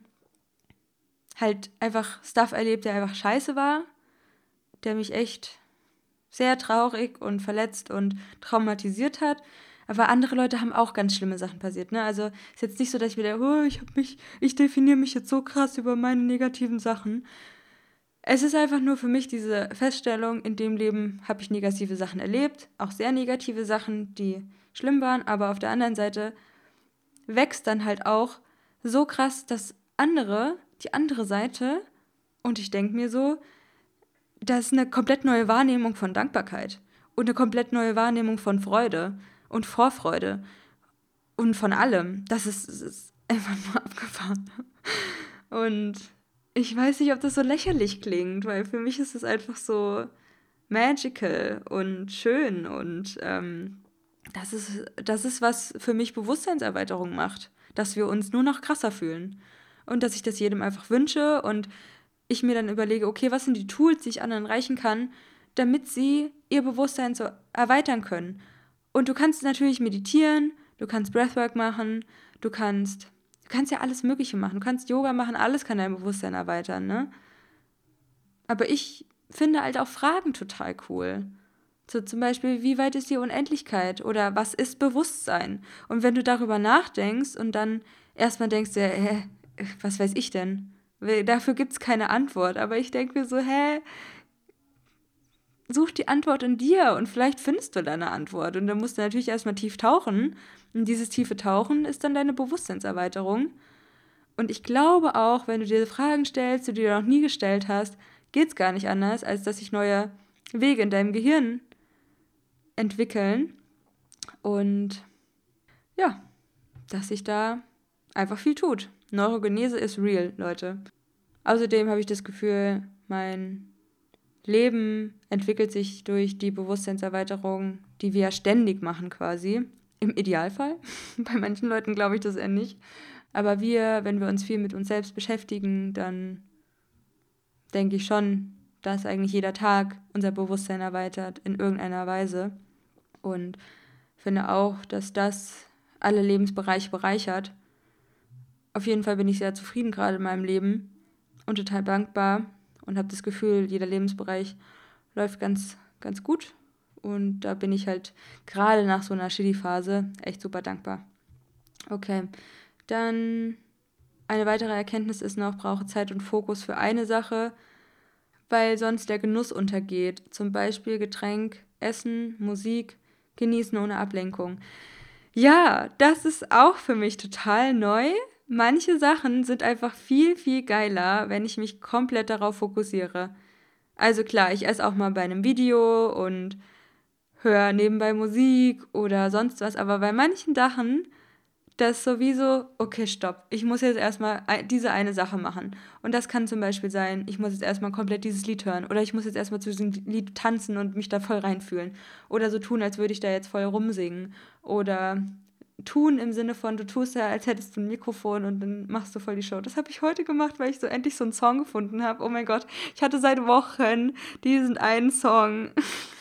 halt einfach Stuff erlebt, der einfach scheiße war, der mich echt sehr traurig und verletzt und traumatisiert hat. Aber andere Leute haben auch ganz schlimme Sachen passiert. Ne? Also ist jetzt nicht so, dass ich wieder, oh, ich definiere mich jetzt so krass über meine negativen Sachen. Es ist einfach nur für mich diese Feststellung, in dem Leben habe ich negative Sachen erlebt, auch sehr negative Sachen, die schlimm waren, aber auf der anderen Seite wächst dann halt auch so krass die andere Seite, und ich denke mir so, das ist eine komplett neue Wahrnehmung von Dankbarkeit und eine komplett neue Wahrnehmung von Freude und Vorfreude und von allem. Das ist einfach nur abgefahren. Und ich weiß nicht, ob das so lächerlich klingt, weil für mich ist es einfach so magical und schön und das ist, was für mich Bewusstseinserweiterung macht, dass wir uns nur noch krasser fühlen und dass ich das jedem einfach wünsche und ich mir dann überlege, okay, was sind die Tools, die ich anderen reichen kann, damit sie ihr Bewusstsein so erweitern können. Und du kannst natürlich meditieren, du kannst Breathwork machen, du kannst ja alles Mögliche machen, du kannst Yoga machen, alles kann dein Bewusstsein erweitern, ne? Aber ich finde halt auch Fragen total cool. So zum Beispiel, wie weit ist die Unendlichkeit? Oder was ist Bewusstsein? Und wenn du darüber nachdenkst und dann erstmal denkst, ja, was weiß ich denn? Dafür gibt es keine Antwort. Aber ich denke mir so, such die Antwort in dir und vielleicht findest du deine Antwort. Und dann musst du natürlich erstmal tief tauchen. Und dieses tiefe Tauchen ist dann deine Bewusstseinserweiterung. Und ich glaube auch, wenn du dir Fragen stellst, die du dir noch nie gestellt hast, geht es gar nicht anders, als dass sich neue Wege in deinem Gehirn entwickeln. Und ja, dass sich da einfach viel tut. Neurogenese ist real, Leute. Außerdem habe ich das Gefühl, mein Leben entwickelt sich durch die Bewusstseinserweiterung, die wir ja ständig machen quasi. Im Idealfall. Bei manchen Leuten glaube ich das eher nicht. Aber wenn wir uns viel mit uns selbst beschäftigen, dann denke ich schon, dass eigentlich jeder Tag unser Bewusstsein erweitert in irgendeiner Weise. Und finde auch, dass das alle Lebensbereiche bereichert. Auf jeden Fall bin ich sehr zufrieden gerade in meinem Leben und total dankbar und habe das Gefühl, jeder Lebensbereich läuft ganz, ganz gut. Und da bin ich halt gerade nach so einer Shitty-Phase echt super dankbar. Okay, dann eine weitere Erkenntnis ist noch, brauche Zeit und Fokus für eine Sache, weil sonst der Genuss untergeht. Zum Beispiel Getränk, Essen, Musik, genießen ohne Ablenkung. Ja, das ist auch für mich total neu. Manche Sachen sind einfach viel, viel geiler, wenn ich mich komplett darauf fokussiere. Also klar, ich esse auch mal bei einem Video und höre nebenbei Musik oder sonst was, aber bei manchen Sachen, das sowieso, okay, stopp, ich muss jetzt erstmal diese eine Sache machen. Und das kann zum Beispiel sein, ich muss jetzt erstmal komplett dieses Lied hören oder ich muss jetzt erstmal zu diesem Lied tanzen und mich da voll reinfühlen. Oder so tun, als würde ich da jetzt voll rumsingen. Oder tun im Sinne von, du tust ja, als hättest du ein Mikrofon und dann machst du voll die Show. Das habe ich heute gemacht, weil ich so endlich so einen Song gefunden habe. Oh mein Gott, ich hatte seit Wochen diesen einen Song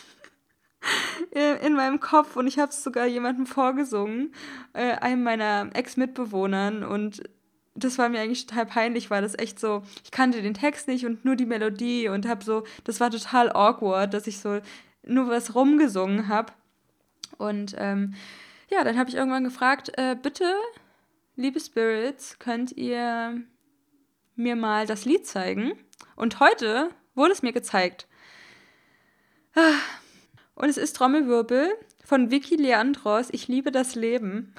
in meinem Kopf und ich habe es sogar jemandem vorgesungen, einem meiner Ex-Mitbewohnern und das war mir eigentlich total peinlich, weil das echt so, ich kannte den Text nicht und nur die Melodie und habe so, das war total awkward, dass ich so nur was rumgesungen habe und ja, dann habe ich irgendwann gefragt, bitte, liebe Spirits, könnt ihr mir mal das Lied zeigen? Und heute wurde es mir gezeigt. Und es ist Trommelwirbel von Vicky Leandros, Ich liebe das Leben.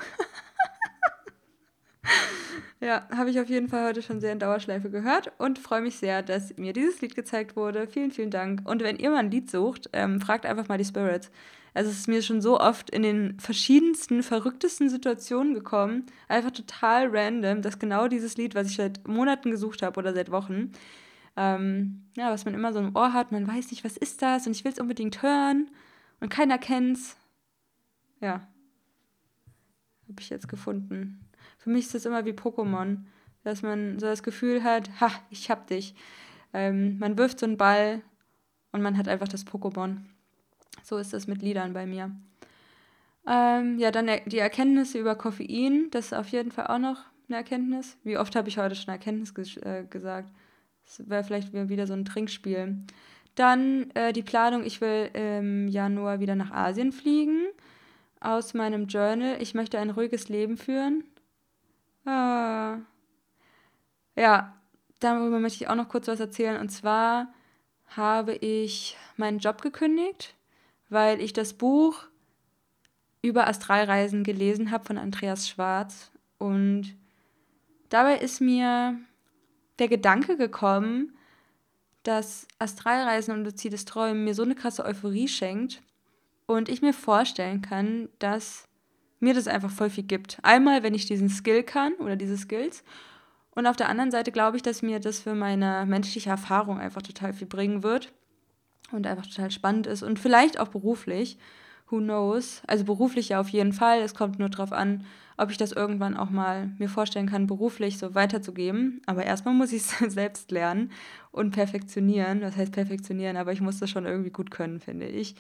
Ja, habe ich auf jeden Fall heute schon sehr in Dauerschleife gehört und freue mich sehr, dass mir dieses Lied gezeigt wurde. Vielen, vielen Dank. Und wenn ihr mal ein Lied sucht, fragt einfach mal die Spirits. Also es ist mir schon so oft in den verschiedensten, verrücktesten Situationen gekommen, einfach total random, dass genau dieses Lied, was ich seit Monaten gesucht habe oder seit Wochen, ja, was man immer so im Ohr hat, man weiß nicht, was ist das und ich will es unbedingt hören und keiner kennt's. Ja, habe ich jetzt gefunden. Für mich ist das immer wie Pokémon, dass man so das Gefühl hat, ha, ich hab dich. Man wirft so einen Ball und man hat einfach das Pokémon. So ist das mit Liedern bei mir. Ja, dann die Erkenntnisse über Koffein, das ist auf jeden Fall auch noch eine Erkenntnis. Wie oft habe ich heute schon Erkenntnis gesagt? Das wäre vielleicht wieder so ein Trinkspiel. Dann die Planung, ich will im Januar wieder nach Asien fliegen. Aus meinem Journal, ich möchte ein ruhiges Leben führen. Ah. Ja, darüber möchte ich auch noch kurz was erzählen. Und zwar habe ich meinen Job gekündigt, weil ich das Buch über Astralreisen gelesen habe von Andreas Schwarz. Und dabei ist mir der Gedanke gekommen, dass Astralreisen und luzides Träumen mir so eine krasse Euphorie schenkt und ich mir vorstellen kann, dass mir das einfach voll viel gibt. Einmal, wenn ich diesen Skill kann oder diese Skills. Und auf der anderen Seite glaube ich, dass mir das für meine menschliche Erfahrung einfach total viel bringen wird und einfach total spannend ist und vielleicht auch beruflich. Who knows? Also beruflich ja auf jeden Fall. Es kommt nur darauf an, ob ich das irgendwann auch mal mir vorstellen kann, beruflich so weiterzugeben. Aber erstmal muss ich es selbst lernen und perfektionieren. Was heißt perfektionieren? Aber ich muss das schon irgendwie gut können, finde ich.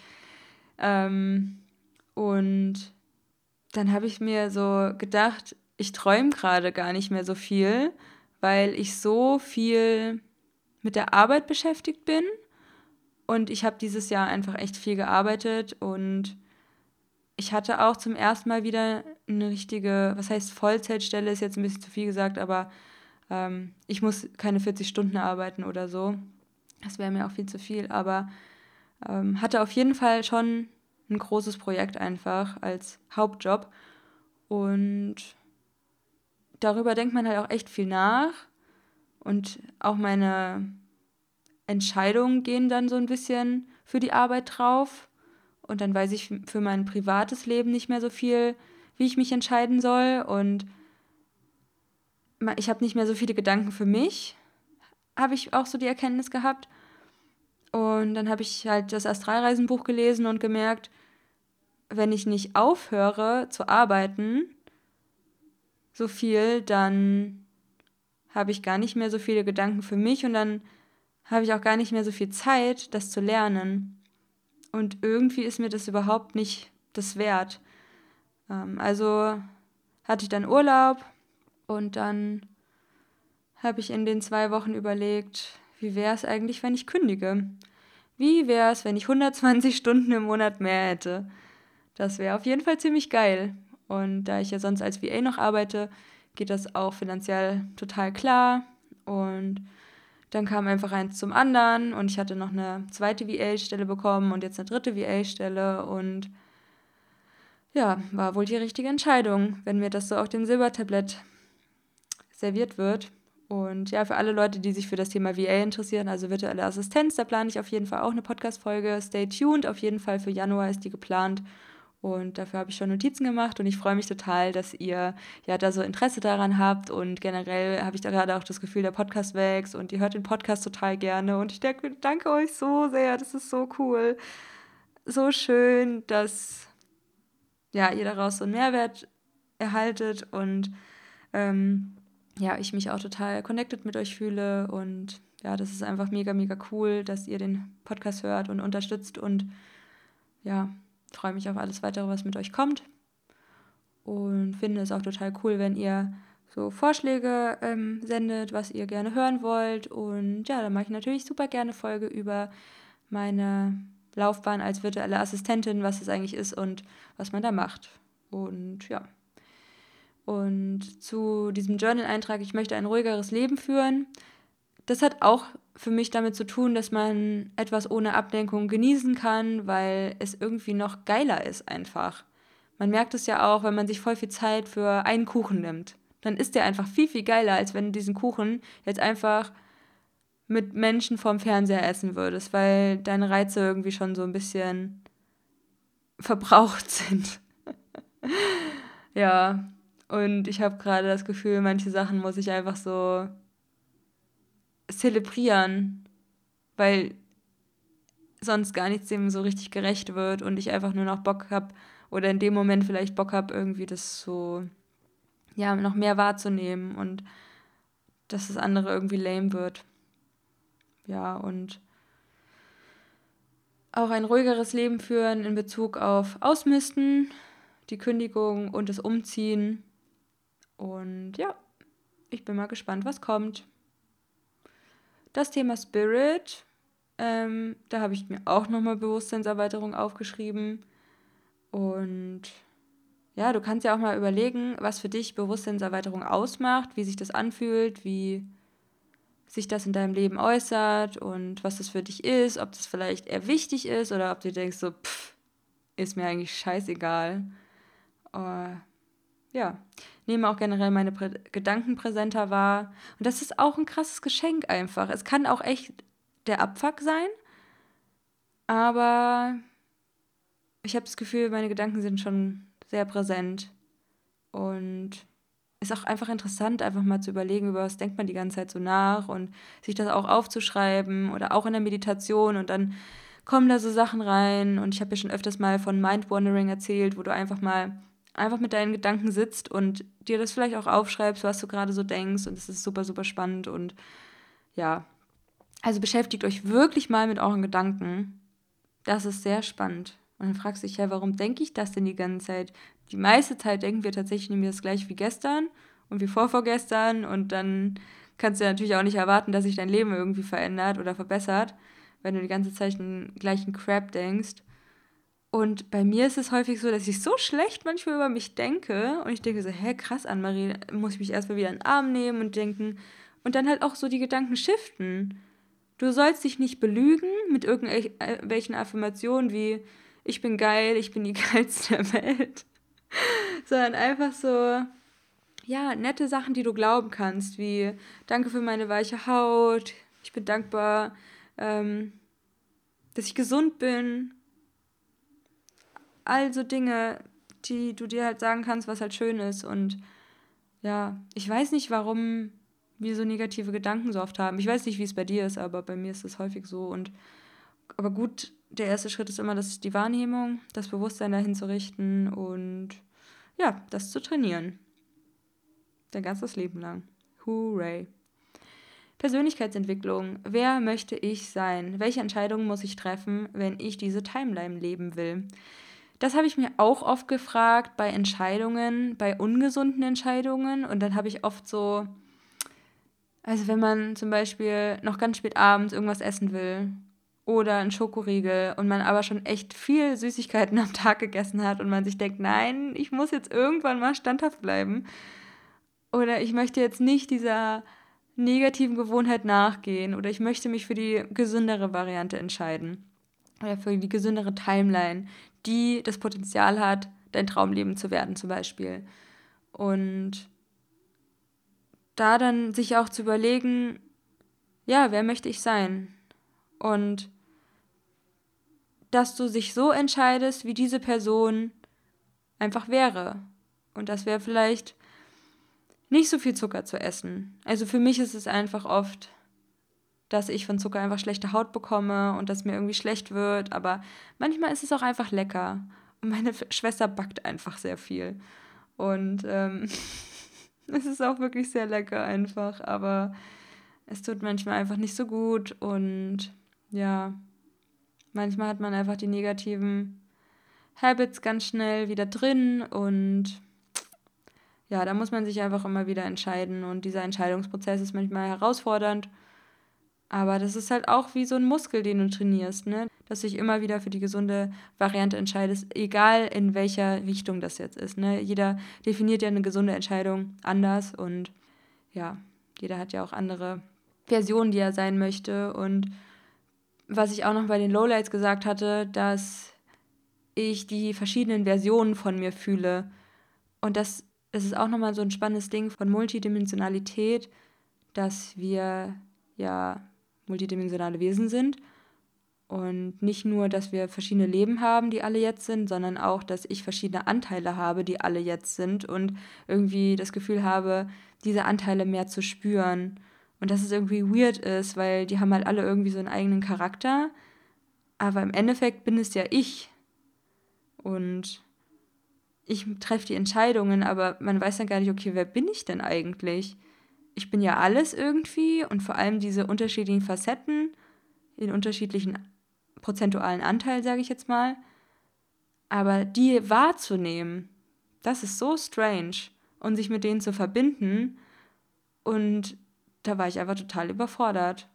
Und dann habe ich mir so gedacht, ich träume gerade gar nicht mehr so viel, weil ich so viel mit der Arbeit beschäftigt bin. Und ich habe dieses Jahr einfach echt viel gearbeitet und ich hatte auch zum ersten Mal wieder eine richtige, was heißt Vollzeitstelle, ist jetzt ein bisschen zu viel gesagt, aber ich muss keine 40 Stunden arbeiten oder so. Das wäre mir auch viel zu viel, aber hatte auf jeden Fall schon ein großes Projekt einfach als Hauptjob und darüber denkt man halt auch echt viel nach und auch meine Entscheidungen gehen dann so ein bisschen für die Arbeit drauf und dann weiß ich für mein privates Leben nicht mehr so viel, wie ich mich entscheiden soll und ich habe nicht mehr so viele Gedanken für mich, habe ich auch so die Erkenntnis gehabt. Und dann habe ich halt das Astralreisenbuch gelesen und gemerkt, wenn ich nicht aufhöre zu arbeiten, so viel, dann habe ich gar nicht mehr so viele Gedanken für mich und dann habe ich auch gar nicht mehr so viel Zeit, das zu lernen. Und irgendwie ist mir das überhaupt nicht das wert. Also hatte ich dann Urlaub und dann habe ich in den 2 Wochen überlegt, wie wäre es eigentlich, wenn ich kündige? Wie wäre es, wenn ich 120 Stunden im Monat mehr hätte? Das wäre auf jeden Fall ziemlich geil. Und da ich ja sonst als VA noch arbeite, geht das auch finanziell total klar. Und dann kam einfach eins zum anderen und ich hatte noch eine zweite VA-Stelle bekommen und jetzt eine dritte VA-Stelle und ja, war wohl die richtige Entscheidung, wenn mir das so auf dem Silbertablett serviert wird. Und ja, für alle Leute, die sich für das Thema VA interessieren, also virtuelle Assistenz, da plane ich auf jeden Fall auch eine Podcast-Folge. Stay tuned, auf jeden Fall für Januar ist die geplant. Und dafür habe ich schon Notizen gemacht und ich freue mich total, dass ihr ja da so Interesse daran habt. Und generell habe ich da gerade auch das Gefühl, der Podcast wächst und ihr hört den Podcast total gerne. Und ich danke euch so sehr, das ist so cool. So schön, dass ja, ihr daraus so einen Mehrwert erhaltet und ja, ich mich auch total connected mit euch fühle und ja, das ist einfach mega, mega cool, dass ihr den Podcast hört und unterstützt und ja, freue mich auf alles weitere, was mit euch kommt und finde es auch total cool, wenn ihr so Vorschläge sendet, was ihr gerne hören wollt und ja, dann mache ich natürlich super gerne Folge über meine Laufbahn als virtuelle Assistentin, was es eigentlich ist und was man da macht und ja. Und zu diesem Journal-Eintrag, ich möchte ein ruhigeres Leben führen, das hat auch für mich damit zu tun, dass man etwas ohne Ablenkung genießen kann, weil es irgendwie noch geiler ist einfach. Man merkt es ja auch, wenn man sich voll viel Zeit für einen Kuchen nimmt. Dann ist der einfach viel, viel geiler, als wenn du diesen Kuchen jetzt einfach mit Menschen vorm Fernseher essen würdest, weil deine Reize irgendwie schon so ein bisschen verbraucht sind. Ja, und ich habe gerade das Gefühl, manche Sachen muss ich einfach so zelebrieren, weil sonst gar nichts dem so richtig gerecht wird und ich einfach nur noch Bock habe oder in dem Moment vielleicht Bock habe, irgendwie das so, ja, noch mehr wahrzunehmen und dass das andere irgendwie lame wird. Ja, und auch ein ruhigeres Leben führen in Bezug auf Ausmisten, die Kündigung und das Umziehen. Und ja, ich bin mal gespannt, was kommt. Das Thema Spirit, da habe ich mir auch nochmal Bewusstseinserweiterung aufgeschrieben. Und ja, du kannst ja auch mal überlegen, was für dich Bewusstseinserweiterung ausmacht, wie sich das anfühlt, wie sich das in deinem Leben äußert und was das für dich ist, ob das vielleicht eher wichtig ist oder ob du denkst so, pff, ist mir eigentlich scheißegal. Ja, nehme auch generell meine Gedanken präsenter wahr. Und das ist auch ein krasses Geschenk einfach. Es kann auch echt der Abfuck sein, aber ich habe das Gefühl, meine Gedanken sind schon sehr präsent. Und ist auch einfach interessant, einfach mal zu überlegen, über was denkt man die ganze Zeit so nach und sich das auch aufzuschreiben oder auch in der Meditation und dann kommen da so Sachen rein und ich habe ja schon öfters mal von Mind-Wandering erzählt, wo du einfach mit deinen Gedanken sitzt und dir das vielleicht auch aufschreibst, was du gerade so denkst und es ist super, super spannend und ja, also beschäftigt euch wirklich mal mit euren Gedanken. Das ist sehr spannend. Und dann fragst du dich, ja, warum denke ich das denn die ganze Zeit? Die meiste Zeit denken wir tatsächlich nämlich das gleiche wie gestern und wie vorvorgestern. Und dann kannst du natürlich auch nicht erwarten, dass sich dein Leben irgendwie verändert oder verbessert, wenn du die ganze Zeit den gleichen Crap denkst. Und bei mir ist es häufig so, dass ich so schlecht manchmal über mich denke und ich denke so, hä, krass, Annemarie, muss ich mich erstmal wieder in den Arm nehmen und denken und dann halt auch so die Gedanken shiften. Du sollst dich nicht belügen mit irgendwelchen Affirmationen wie ich bin geil, ich bin die geilste der Welt, sondern einfach so, ja, nette Sachen, die du glauben kannst, wie danke für meine weiche Haut, ich bin dankbar, ähm, dass ich gesund bin. Also Dinge, die du dir halt sagen kannst, was halt schön ist und ja, ich weiß nicht, warum wir so negative Gedanken so oft haben. Ich weiß nicht, wie es bei dir ist, aber bei mir ist es häufig so. Aber gut, der erste Schritt ist immer die Wahrnehmung, das Bewusstsein dahin zu richten und ja, das zu trainieren. Dein ganzes Leben lang. Hooray. Persönlichkeitsentwicklung. Wer möchte ich sein? Welche Entscheidungen muss ich treffen, wenn ich diese Timeline leben will? Das habe ich mir auch oft gefragt bei Entscheidungen, bei ungesunden Entscheidungen. Und dann habe ich oft so, also wenn man zum Beispiel noch ganz spät abends irgendwas essen will oder einen Schokoriegel und man aber schon echt viel Süßigkeiten am Tag gegessen hat und man sich denkt, nein, ich muss jetzt irgendwann mal standhaft bleiben. Oder ich möchte jetzt nicht dieser negativen Gewohnheit nachgehen oder ich möchte mich für die gesündere Variante entscheiden oder für die gesündere Timeline, die das Potenzial hat, dein Traumleben zu werden zum Beispiel. Und da dann sich auch zu überlegen, ja, wer möchte ich sein? Und dass du dich so entscheidest, wie diese Person einfach wäre. Und das wäre vielleicht nicht so viel Zucker zu essen. Also für mich ist es einfach oft, dass ich von Zucker einfach schlechte Haut bekomme und dass mir irgendwie schlecht wird. Aber manchmal ist es auch einfach lecker. Und meine Schwester backt einfach sehr viel. Und es ist auch wirklich sehr lecker einfach. Aber es tut manchmal einfach nicht so gut. Und ja, manchmal hat man einfach die negativen Habits ganz schnell wieder drin. Und ja, da muss man sich einfach immer wieder entscheiden. Und dieser Entscheidungsprozess ist manchmal herausfordernd. Aber das ist halt auch wie so ein Muskel, den du trainierst, ne? Dass du dich immer wieder für die gesunde Variante entscheidest, egal in welcher Richtung das jetzt ist, ne? Jeder definiert ja eine gesunde Entscheidung anders und ja, jeder hat ja auch andere Versionen, die er sein möchte. Und was ich auch noch bei den Lowlights gesagt hatte, dass ich die verschiedenen Versionen von mir fühle. Und das ist auch nochmal so ein spannendes Ding von Multidimensionalität, dass wir ja multidimensionale Wesen sind und nicht nur, dass wir verschiedene Leben haben, die alle jetzt sind, sondern auch, dass ich verschiedene Anteile habe, die alle jetzt sind und irgendwie das Gefühl habe, diese Anteile mehr zu spüren und dass es irgendwie weird ist, weil die haben halt alle irgendwie so einen eigenen Charakter, aber im Endeffekt bin es ja ich und ich treffe die Entscheidungen, aber man weiß dann gar nicht, okay, wer bin ich denn eigentlich? Ich bin ja alles irgendwie und vor allem diese unterschiedlichen Facetten in unterschiedlichen prozentualen Anteil, sage ich jetzt mal. Aber die wahrzunehmen, das ist so strange und sich mit denen zu verbinden und da war ich einfach total überfordert.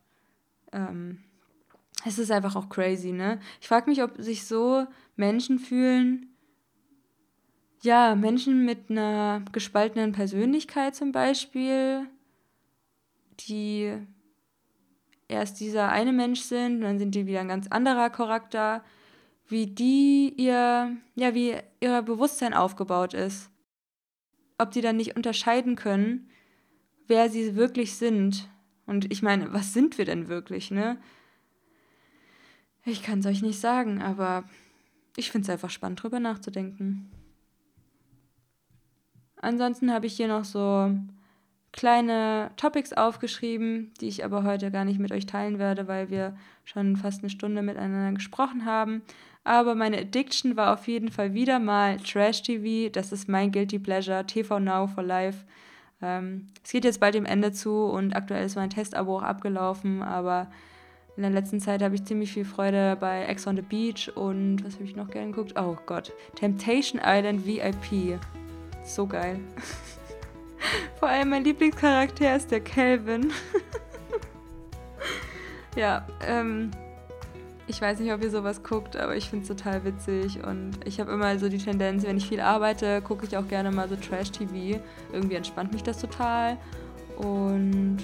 Es ist einfach auch crazy, ne? Ich frage mich, ob sich so Menschen fühlen, ja, Menschen mit einer gespaltenen Persönlichkeit zum Beispiel, die erst dieser eine Mensch sind, und dann sind die wieder ein ganz anderer Charakter, wie ihr Bewusstsein aufgebaut ist. Ob die dann nicht unterscheiden können, wer sie wirklich sind. Und ich meine, was sind wir denn wirklich, ne? Ich kann es euch nicht sagen, aber ich finde es einfach spannend, drüber nachzudenken. Ansonsten habe ich hier noch so kleine Topics aufgeschrieben, die ich aber heute gar nicht mit euch teilen werde, weil wir schon fast eine Stunde miteinander gesprochen haben. Aber meine Addiction war auf jeden Fall wieder mal Trash-TV. Das ist mein Guilty Pleasure, TV Now for Life. Es geht jetzt bald dem Ende zu und aktuell ist mein Testabo auch abgelaufen, aber in der letzten Zeit habe ich ziemlich viel Freude bei Ex on the Beach und was habe ich noch gerne geguckt? Oh Gott, Temptation Island VIP. So geil. Vor allem mein Lieblingscharakter ist der Calvin. Ja, ich weiß nicht, ob ihr sowas guckt, aber ich finde es total witzig und ich habe immer so die Tendenz, wenn ich viel arbeite, gucke ich auch gerne mal so Trash-TV. Irgendwie entspannt mich das total und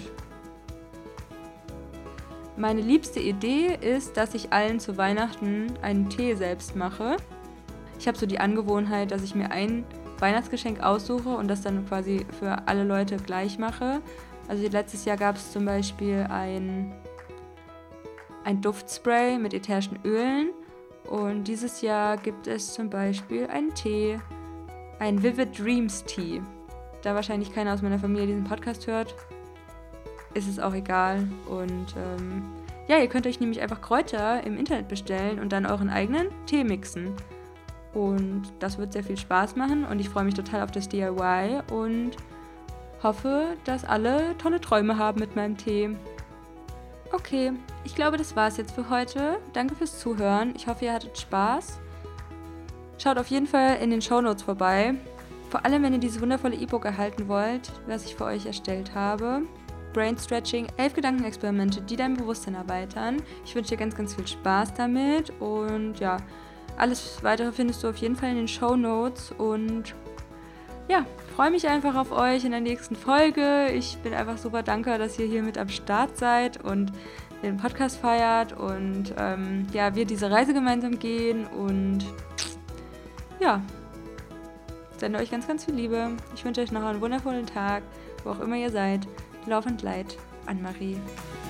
meine liebste Idee ist, dass ich allen zu Weihnachten einen Tee selbst mache. Ich habe so die Angewohnheit, dass ich mir ein Weihnachtsgeschenk aussuche und das dann quasi für alle Leute gleich mache. Also letztes Jahr gab es zum Beispiel ein Duftspray mit ätherischen Ölen und dieses Jahr gibt es zum Beispiel einen Tee, einen Vivid Dreams Tea. da wahrscheinlich keiner aus meiner Familie diesen Podcast hört, ist es auch egal. Und ja, ihr könnt euch nämlich einfach Kräuter im Internet bestellen und dann euren eigenen Tee mixen. Und das wird sehr viel Spaß machen und ich freue mich total auf das DIY und hoffe, dass alle tolle Träume haben mit meinem Tee. Okay, ich glaube, das war es jetzt für heute. Danke fürs Zuhören. Ich hoffe, ihr hattet Spaß. Schaut auf jeden Fall in den Shownotes vorbei. Vor allem, wenn ihr dieses wundervolle E-Book erhalten wollt, was ich für euch erstellt habe. Brain Stretching, 11 Gedankenexperimente, die dein Bewusstsein erweitern. Ich wünsche dir ganz, ganz viel Spaß damit und ja, alles Weitere findest du auf jeden Fall in den Shownotes und ja, freue mich einfach auf euch in der nächsten Folge. Ich bin einfach super dankbar, dass ihr hier mit am Start seid und den Podcast feiert und ja, wir diese Reise gemeinsam gehen und ja, sende euch ganz, ganz viel Liebe. Ich wünsche euch noch einen wundervollen Tag, wo auch immer ihr seid. Love and Light, Anne-Marie.